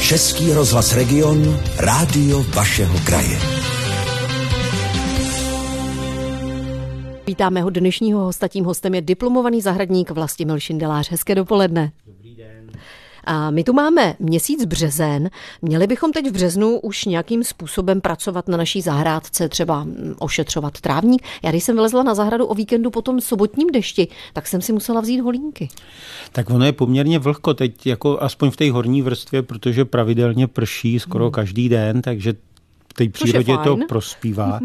Český rozhlas Region, rádio vašeho kraje. Vítáme ho dnešního hosta, tím hostem je diplomovaný zahradník Vlastimil Šindelář. Hezké dopoledne. Dobrý den. A my tu máme měsíc březen. Měli bychom teď v březnu už nějakým způsobem pracovat na naší zahrádce, třeba ošetřovat trávník. Já když jsem vylezla na zahradu o víkendu po tom sobotním dešti, tak jsem si musela vzít holínky. Tak ono je poměrně vlhko teď, jako aspoň v té horní vrstvě, protože pravidelně prší skoro každý den, takže v té přírodě to prospívá.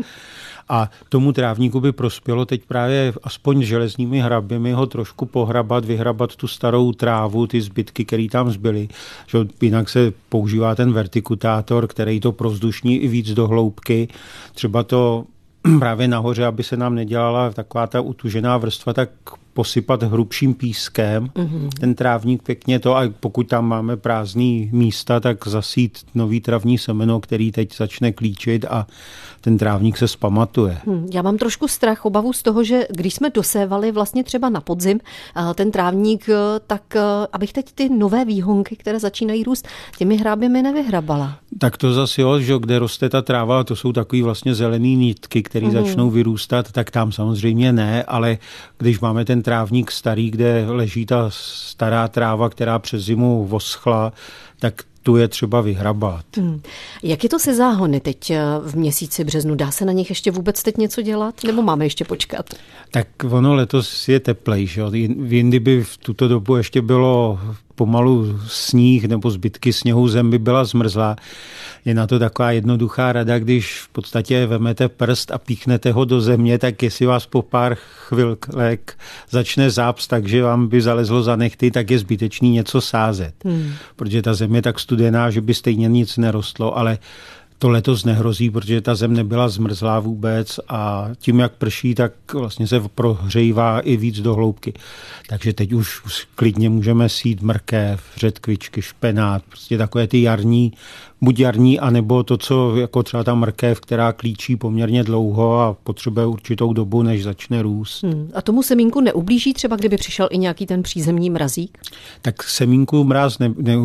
A tomu trávníku by prospělo teď právě aspoň železními hraběmi ho trošku pohrabat, vyhrabat tu starou trávu, ty zbytky, které tam zbyly. Že jinak se používá ten vertikutátor, který to provzdušní i víc do hloubky. Třeba to právě nahoře, aby se nám nedělala taková ta utužená vrstva, tak posypat hrubším pískem, ten trávník pěkně to, a pokud tam máme prázdný místa, tak zasít nový travní semeno, který teď začne klíčit a ten trávník se zpamatuje. Já mám trošku strach, obavu z toho, že když jsme dosévali vlastně třeba na podzim ten trávník, tak abych teď ty nové výhonky, které začínají růst, těmi hráběmi nevyhrabala. Tak to zase jo, že kde roste ta tráva, to jsou takový vlastně zelený nitky, které začnou vyrůstat, tak tam samozřejmě ne, ale když máme ten trávník starý, kde leží ta stará tráva, která přes zimu voschla, tak tu je třeba vyhrabat. Jak je to se záhony teď v měsíci březnu? Dá se na nich ještě vůbec teď něco dělat? Nebo máme ještě počkat? Tak ono letos je teplej, že? Jindy by v tuto dobu ještě bylo pomalu sníh nebo zbytky sněhu, zem by byla zmrzlá. Je na to taková jednoduchá rada, když v podstatě vemete prst a píchnete ho do země, tak jestli vás po pár chvilek začne zápst, takže vám by zalezlo za nechty, tak je zbytečný něco sázet. Protože ta zem je tak studená, že by stejně nic nerostlo, ale to letos nehrozí, protože ta zem nebyla zmrzlá vůbec a tím, jak prší, tak vlastně se prohřívá i víc do hloubky. Takže teď už klidně můžeme sít mrkev, řetkvičky, špenát, prostě takové ty jarní, buď jarní, anebo to, co jako třeba ta mrkev, která klíčí poměrně dlouho a potřebuje určitou dobu, než začne růst. A tomu semínku neublíží třeba, kdyby přišel i nějaký ten přízemní mrazík? Tak semínku mráz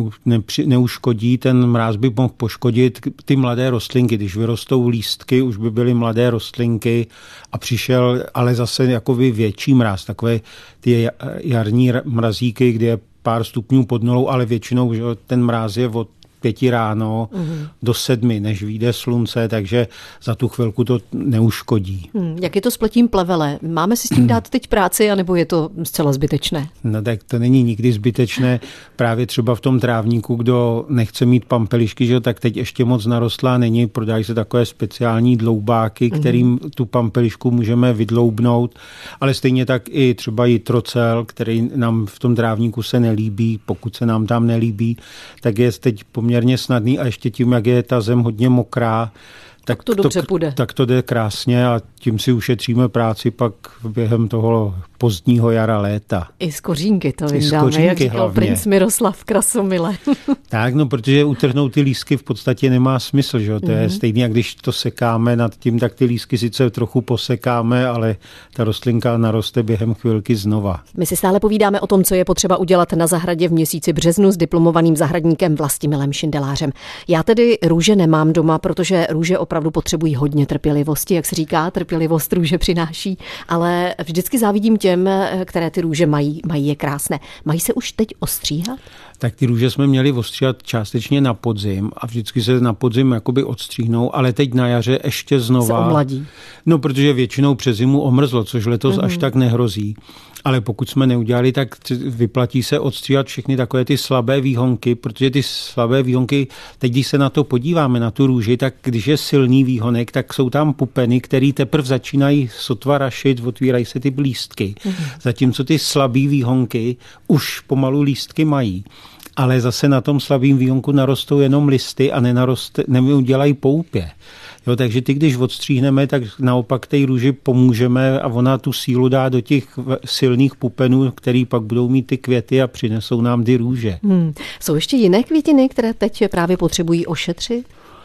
neuškodí, ten mráz by mohl poškodit ty mladé rostlinky. Když vyrostou lístky, už by byly mladé rostlinky a přišel ale zase jakoby větší mráz, takové ty jarní mrazíky, kde je pár stupňů pod nulou, ale většinou že ten mráz je od 5 ráno do 7, než vyjde slunce, takže za tu chvilku to neuškodí. Jak je to s pletím plevele? Máme si s tím dát teď práci, anebo je to zcela zbytečné? No tak to není nikdy zbytečné. Právě třeba v tom trávníku, kdo nechce mít pampelišky, že, tak teď ještě moc narostlá není. Prodají se takové speciální dloubáky, kterým tu pampelišku můžeme vydloubnout, ale stejně tak i třeba jitrocel, který nám v tom trávníku se nelíbí, pokud se nám tam nelíbí, tak je teď poměrně snadný a ještě tím, jak je ta zem hodně mokrá, tak to dobře půjde. Tak to jde krásně a tím si ušetříme práci pak během toho pozdního jara, léta. I z kořínky to vyndáme, jak říkal hlavně princ Miroslav Krasomile. Tak, no, protože utrhnout ty lístky v podstatě nemá smysl, že? To je stejně, jak když to sekáme nad tím, tak ty lístky sice trochu posekáme, ale ta rostlinka naroste během chvilky znova. My si stále povídáme o tom, co je potřeba udělat na zahradě v měsíci březnu s diplomovaným zahradníkem Vlastimilem Šindelářem. Já tedy růže nemám doma, protože růže opravdu potřebují hodně trpělivosti, jak se říká, trpělivost růže přináší, ale vždycky závidím těm, které ty růže mají je krásné. Mají se už teď ostříhat? Tak ty růže jsme měli ostříhat částečně na podzim a vždycky se na podzim jakoby odstříhnou, ale teď na jaře ještě znova. Se omladí. No, protože většinou přes zimu omrzlo, což letos až tak nehrozí. Ale pokud jsme neudělali, tak vyplatí se odstříhat všechny takové ty slabé výhonky, protože ty slabé výhonky, teď když se na to podíváme, na tu růži, tak když je silný výhonek, tak jsou tam pupeny, které teprve začínají sotva rašit, otvírají se ty lístky. Zatímco ty slabý výhonky už pomalu lístky mají. Ale zase na tom slabým výhonku narostou jenom listy a neudělají poupě. Jo, takže ty, když odstříhneme, tak naopak té růži pomůžeme a ona tu sílu dá do těch silných pupenů, který pak budou mít ty květy a přinesou nám ty růže. Jsou ještě jiné květiny, které teď právě potřebují ošetřit?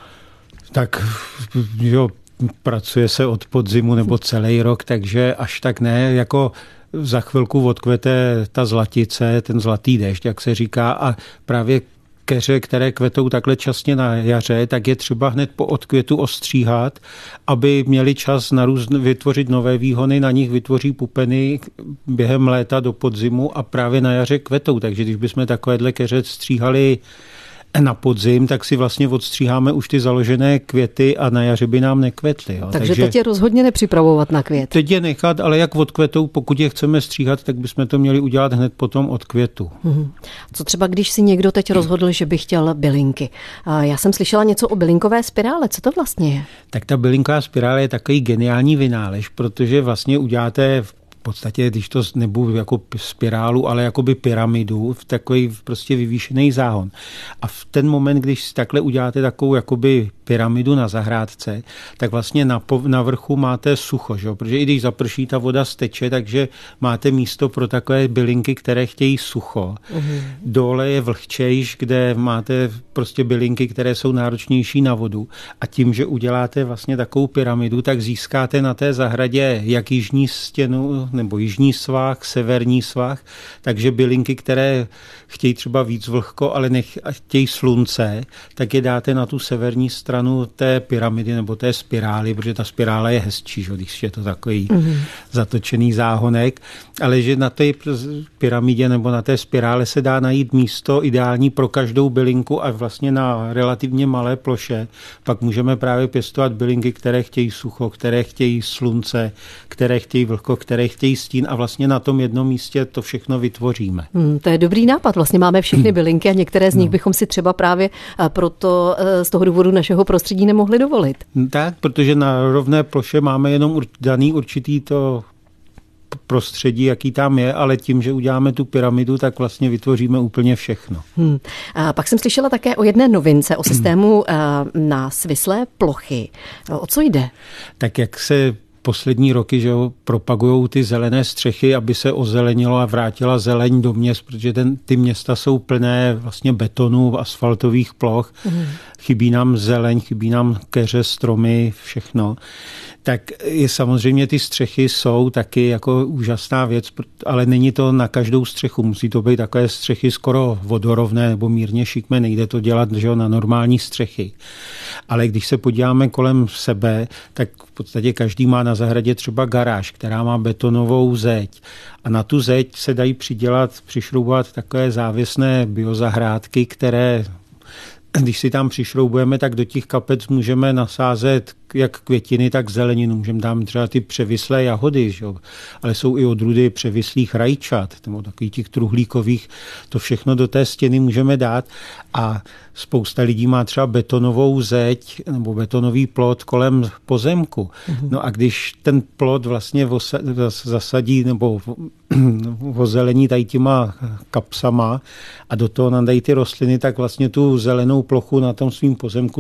Tak jo, pracuje se od podzimu nebo celý rok, takže až tak ne, jako za chvilku odkvete ta zlatice, ten zlatý déšť, jak se říká, a právě keře, které kvetou takhle časně na jaře, tak je třeba hned po odkvětu ostříhat, aby měli čas vytvořit nové výhony, na nich vytvoří pupeny během léta do podzimu a právě na jaře kvetou. Takže když bychom takovéhle keře stříhali na podzim, tak si vlastně odstříháme už ty založené květy a na jaře by nám nekvetly. Jo. Takže teď je rozhodně nepřipravovat na květ. Teď je nechat, ale jak odkvetou, pokud je chceme stříhat, tak bychom to měli udělat hned potom od květu. Co třeba, když si někdo teď rozhodl, že by chtěl bylinky? Já jsem slyšela něco o bylinkové spirále. Co to vlastně je? Tak ta bylinková spirála je takový geniální vynález, protože vlastně uděláte v podstatě, když to nebudu jako spirálu, ale jakoby pyramidu, v takový prostě vyvýšený záhon. A v ten moment, když si takhle uděláte takovou jakoby pyramidu na zahrádce, tak vlastně na vrchu máte sucho, že? Protože i když zaprší, ta voda steče, takže máte místo pro takové bylinky, které chtějí sucho. Dole je vlhčejš, kde máte prostě bylinky, které jsou náročnější na vodu. A tím, že uděláte vlastně takovou pyramidu, tak získáte na té zahradě jak jižní stěnu, nebo jižní svah, severní svah, takže bylinky, které chtějí třeba víc vlhko, ale chtějí slunce, tak je dáte na tu severní stranu té pyramidy nebo té spirály, protože ta spirála je hezčí, že? Když je to takový zatočený záhonek, ale že na té pyramidě nebo na té spirále se dá najít místo ideální pro každou bylinku a vlastně na relativně malé ploše pak můžeme právě pěstovat bylinky, které chtějí sucho, které chtějí slunce, které chtějí vlhko, které chtějí stín a vlastně na tom jednom místě to všechno vytvoříme. To je dobrý nápad. Vlastně máme všechny bylinky a některé z nich bychom si třeba právě proto z toho důvodu našeho prostředí nemohli dovolit. Tak, protože na rovné ploše máme jenom daný určitý to prostředí, jaký tam je, ale tím, že uděláme tu pyramidu, tak vlastně vytvoříme úplně všechno. A pak jsem slyšela také o jedné novince, o systému na svislé plochy. O co jde? Tak jak se poslední roky, že propagujou ty zelené střechy, aby se ozelenilo a vrátila zeleň do měst, protože ty města jsou plné vlastně betonu, asfaltových ploch. Chybí nám zeleň, chybí nám keře, stromy, všechno. Tak je samozřejmě ty střechy jsou taky jako úžasná věc, ale není to na každou střechu. Musí to být takové střechy skoro vodorovné nebo mírně šikmé. Nejde to dělat, že na normální střechy. Ale když se podíváme kolem sebe, tak v podstatě každý má na zahradě třeba garáž, která má betonovou zeď. A na tu zeď se dají přišroubovat takové závěsné biozahrádky, které když si tam přišroubujeme, tak do těch kapec můžeme nasázet jak květiny, tak zeleninu. Můžeme tam třeba ty převislé jahody, že? Ale jsou i odrůdy převislých rajčat, nebo takových těch truhlíkových. To všechno do té stěny můžeme dát a spousta lidí má třeba betonovou zeď nebo betonový plot kolem pozemku. No a když ten plot vlastně zasadí nebo ozelení tady těma kapsama a do toho nadají ty rostliny, tak vlastně tu zelenou plochu na tom svým pozemku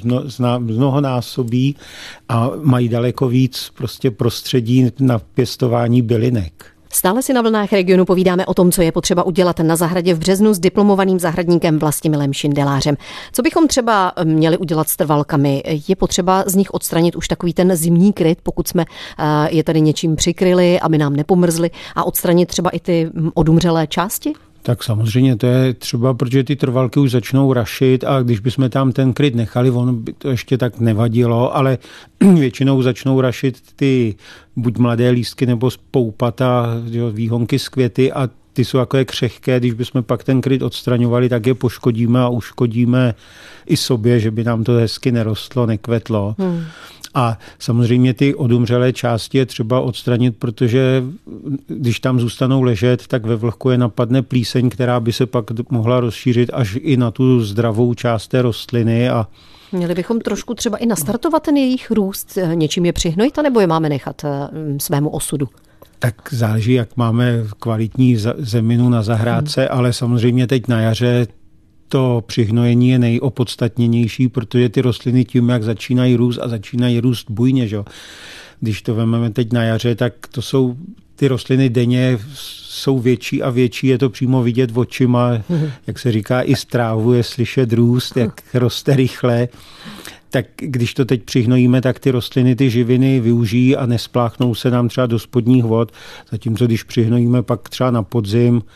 mnohonásobí a mají daleko víc prostě prostředí na pěstování bylinek. Stále si na vlnách regionu povídáme o tom, co je potřeba udělat na zahradě v březnu s diplomovaným zahradníkem Vlastimilem Šindelářem. Co bychom třeba měli udělat s trvalkami? Je potřeba z nich odstranit už takový ten zimní kryt, pokud jsme je tady něčím přikryli, aby nám nepomrzly, a odstranit třeba i ty odumřelé části? Tak samozřejmě to je třeba, protože ty trvalky už začnou rašit a když bychom tam ten kryt nechali, on by to ještě tak nevadilo, ale většinou začnou rašit ty buď mladé lístky nebo spoupata, výhonky z květy a ty jsou takové křehké, když bychom pak ten kryt odstraňovali, tak je poškodíme a uškodíme i sobě, že by nám to hezky nerostlo, nekvetlo. A samozřejmě ty odumřelé části je třeba odstranit, protože když tam zůstanou ležet, tak ve vlhku je napadne plíseň, která by se pak mohla rozšířit až i na tu zdravou část té rostliny. A měli bychom trošku třeba i nastartovat ten jejich růst, něčím je přihnojit, anebo je máme nechat svému osudu? Tak záleží, jak máme kvalitní zeminu na zahrádce, ale samozřejmě teď na jaře to přihnojení je nejopodstatněnější, protože ty rostliny tím, jak začínají růst bujně. Že? Když to vezmeme teď na jaře, tak to jsou ty rostliny denně jsou větší a větší, je to přímo vidět očima, jak se říká, i z trávu je slyšet růst, jak roste rychle. Tak když to teď přihnojíme, tak ty rostliny ty živiny využijí a nespláchnou se nám třeba do spodních vod, zatímco když přihnojíme pak třeba na podzim,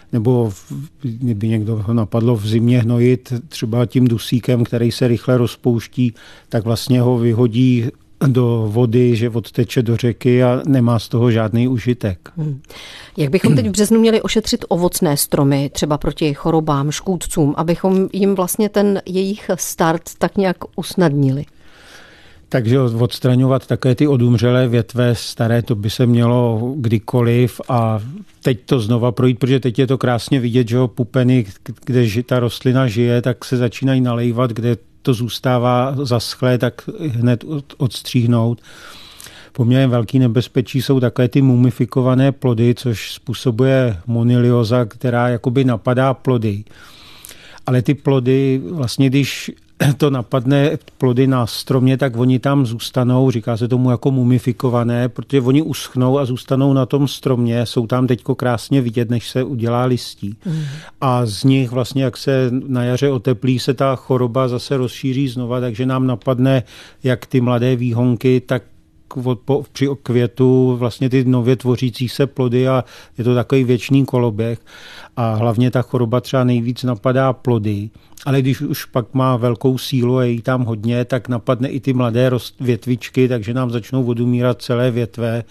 nebo kdyby někdo ho napadlo v zimě hnojit třeba tím dusíkem, který se rychle rozpouští, tak vlastně ho vyhodí do vody, že odteče do řeky a nemá z toho žádný užitek. Jak bychom teď v březnu měli ošetřit ovocné stromy, třeba proti chorobám, škůdcům, abychom jim vlastně ten jejich start tak nějak usnadnili? Takže odstraňovat také ty odumřelé větve staré, to by se mělo kdykoliv a teď to znova projít, protože teď je to krásně vidět, že pupeny, kde ta rostlina žije, tak se začínají nalejvat, kde to zůstává zaschlé, tak hned odstříhnout. Poměrně velký nebezpečí jsou také ty mumifikované plody, což způsobuje monilioza, která jakoby napadá plody. Ale ty plody, vlastně když to napadne plody na stromě, tak oni tam zůstanou, říká se tomu jako mumifikované, protože oni uschnou a zůstanou na tom stromě, jsou tam teďko krásně vidět, než se udělá listí. A z nich vlastně, jak se na jaře oteplí, se ta choroba zase rozšíří znova, takže nám napadne jak ty mladé výhonky, tak při květu vlastně ty nově tvořící se plody a je to takový věčný koloběh a hlavně ta choroba třeba nejvíc napadá plody, ale když už pak má velkou sílu a je jí tam hodně, tak napadne i ty mladé větvičky, takže nám začnou odumírat celé větve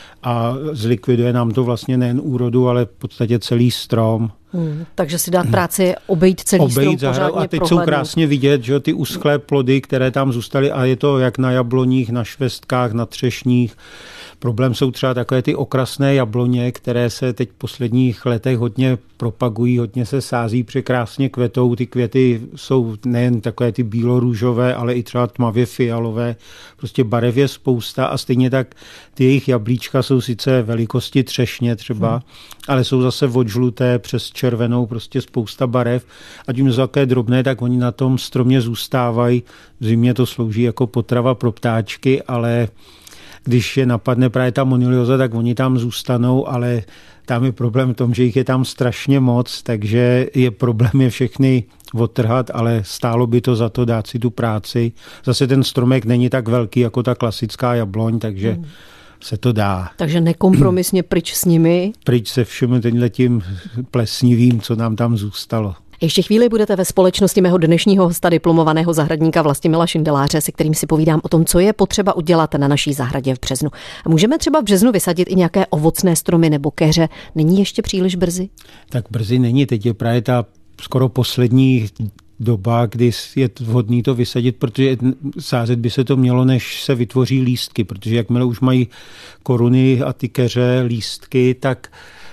a zlikviduje nám to vlastně nejen úrodu, ale v podstatě celý strom. Takže si dát práci obejít celý strom pořádně a teď prohlédnout. Jsou krásně vidět, že ty uschlé plody, které tam zůstaly a je to jak na jabloních, na švestkách, na třešních. Problém jsou třeba takové ty okrasné jabloně, které se teď v posledních letech hodně propagují, hodně se sází, překrásně kvetou. Ty květy jsou nejen takové ty bílorůžové, ale i třeba tmavě fialové. Prostě barev je spousta a stejně tak ty jejich jablíčka jsou sice velikosti třešně třeba, ale jsou zase od žluté přes červenou, prostě spousta barev. A tím jsou také drobné, tak oni na tom stromě zůstávají. V zimě to slouží jako potrava pro ptáčky, ale když je napadne právě ta monilioza, tak oni tam zůstanou, ale tam je problém v tom, že jich je tam strašně moc, takže je problém je všechny odtrhat, ale stálo by to za to dát si tu práci. Zase ten stromek není tak velký jako ta klasická jabloň, takže se to dá. Takže nekompromisně pryč s nimi. Pryč se všem tím plesnivým, co nám tam zůstalo. Ještě chvíli budete ve společnosti mého dnešního hosta, diplomovaného zahradníka Vlastimila Šindeláře, se kterým si povídám o tom, co je potřeba udělat na naší zahradě v březnu. Můžeme třeba v březnu vysadit i nějaké ovocné stromy nebo keře. Není ještě příliš brzy? Tak brzy není, teď je právě ta skoro poslední doba, kdy je vhodný to vysadit, protože sázet by se to mělo, než se vytvoří lístky, protože jakmile už mají koruny a ty keře lístky, tak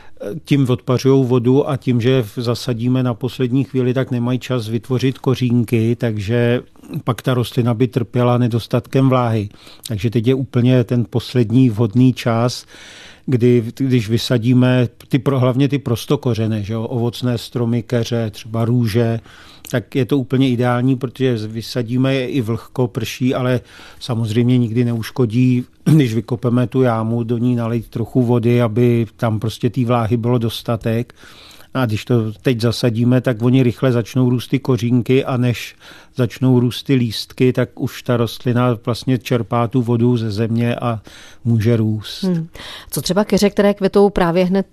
tím odpařují vodu a tím, že zasadíme na poslední chvíli, tak nemají čas vytvořit kořínky, takže pak ta rostlina by trpěla nedostatkem vláhy. Takže teď je úplně ten poslední vhodný čas, když vysadíme hlavně ty prostokořené, že jo, ovocné stromy, keře, třeba růže, tak je to úplně ideální, protože vysadíme je i vlhko, prší, ale samozřejmě nikdy neuškodí, když vykopeme tu jámu, do ní nalít trochu vody, aby tam prostě té vláhy bylo dostatek. A když to teď zasadíme, tak oni rychle začnou růst ty kořínky a než začnou růst ty lístky, tak už ta rostlina vlastně čerpá tu vodu ze země a může růst. Co třeba keře, které kvetou právě hned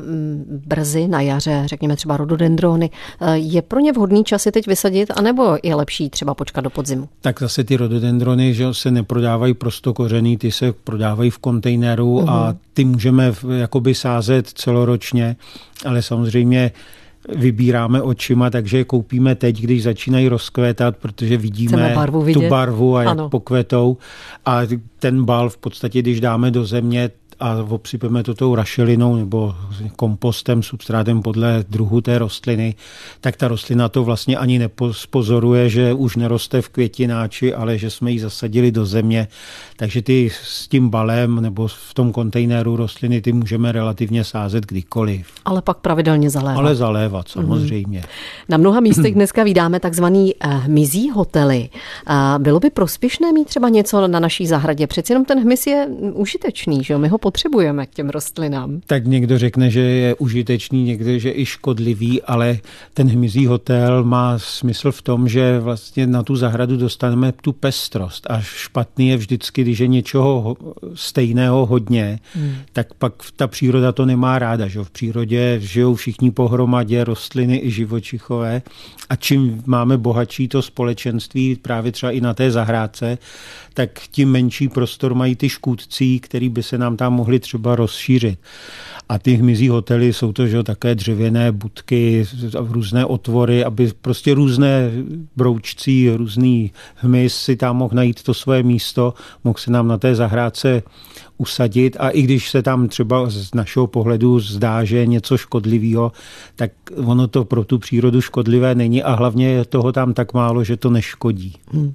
brzy na jaře, řekněme třeba rododendrony, je pro ně vhodný čas je teď vysadit, anebo je lepší třeba počkat do podzimu? Tak zase ty rododendrony, že se neprodávají prostokořený, ty se prodávají v kontejneru a ty můžeme jakoby sázet celoročně, ale samozřejmě vybíráme očima, takže je koupíme teď, když začínají rozkvétat, protože vidíme tu barvu a jak pokvetou. A ten bal v podstatě, když dáme do země a obsypeme to tou rašelinou nebo kompostem, substrátem podle druhu té rostliny, tak ta rostlina to vlastně ani nepozoruje, že už neroste v květináči, ale že jsme ji zasadili do země. Takže ty s tím balem nebo v tom kontejneru rostliny ty můžeme relativně sázet kdykoliv. Ale pak pravidelně zalévat. Ale zalévat, samozřejmě. Na mnoha místech dneska vídáme takzvaný hmyzí hotely. Bylo by prospěšné mít třeba něco na naší zahradě přeci jenom ten hmyz je užitečný, že jo? My ho potřebujeme k těm rostlinám. Tak někdo řekne, že je užitečný, někdo, že i škodlivý, ale ten hmyzí hotel má smysl v tom, že vlastně na tu zahradu dostaneme tu pestrost. A špatný je vždycky, když je něčeho stejného hodně, tak pak ta příroda to nemá ráda. Že? V přírodě žijou všichni pohromadě, rostliny i živočichové. A čím máme bohatší to společenství, právě třeba i na té zahrádce, tak tím menší prostor mají ty škůdci, který by se nám tam mohli třeba rozšířit. A ty hmyzí hotely jsou to, že také dřevěné budky, různé otvory, aby prostě různé broučcí, různý hmyz si tam mohl najít to svoje místo, mohl se nám na té zahrádce usadit a i když se tam třeba z našeho pohledu zdá, že je něco škodlivého, tak ono to pro tu přírodu škodlivé není a hlavně je toho tam tak málo, že to neškodí.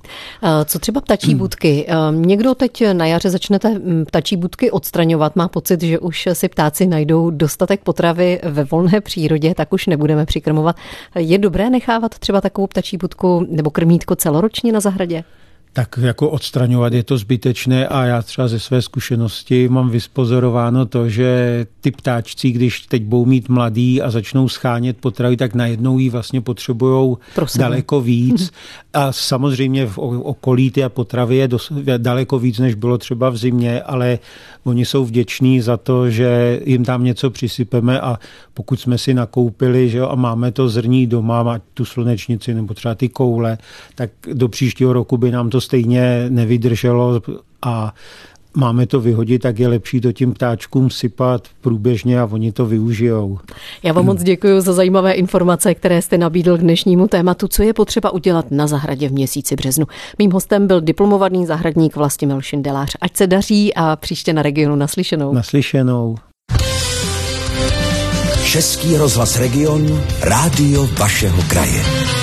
Co třeba ptačí budky? Někdo teď na jaře začnete ptačí budky odstraňovat, má pocit, že už si ptáci najdou dostatek potravy ve volné přírodě, tak už nebudeme přikrmovat. Je dobré nechávat třeba takovou ptačí budku nebo krmítko celoročně na zahradě? Tak jako odstraňovat je to zbytečné a já třeba ze své zkušenosti mám vyspozorováno to, že ty ptáčci, když teď budou mít mladý a začnou schánět potravy, tak najednou jí vlastně potřebujou daleko víc. A samozřejmě v okolí té potravy je daleko víc, než bylo třeba v zimě, ale oni jsou vděční za to, že jim tam něco přisypeme a pokud jsme si nakoupili, že jo, a máme to zrní doma, má tu slunečnici nebo třeba ty koule, tak do příštího roku by nám to stejně nevydrželo a máme to vyhodit, tak je lepší to tím ptáčkům sypat průběžně a oni to využijou. Já vám moc děkuji za zajímavé informace, které jste nabídl k dnešnímu tématu, co je potřeba udělat na zahradě v měsíci březnu. Mým hostem byl diplomovaný zahradník Vlastimil Šindelář. Ať se daří a příště na Regionu naslyšenou. Naslyšenou. Český rozhlas Region, rádio vašeho kraje.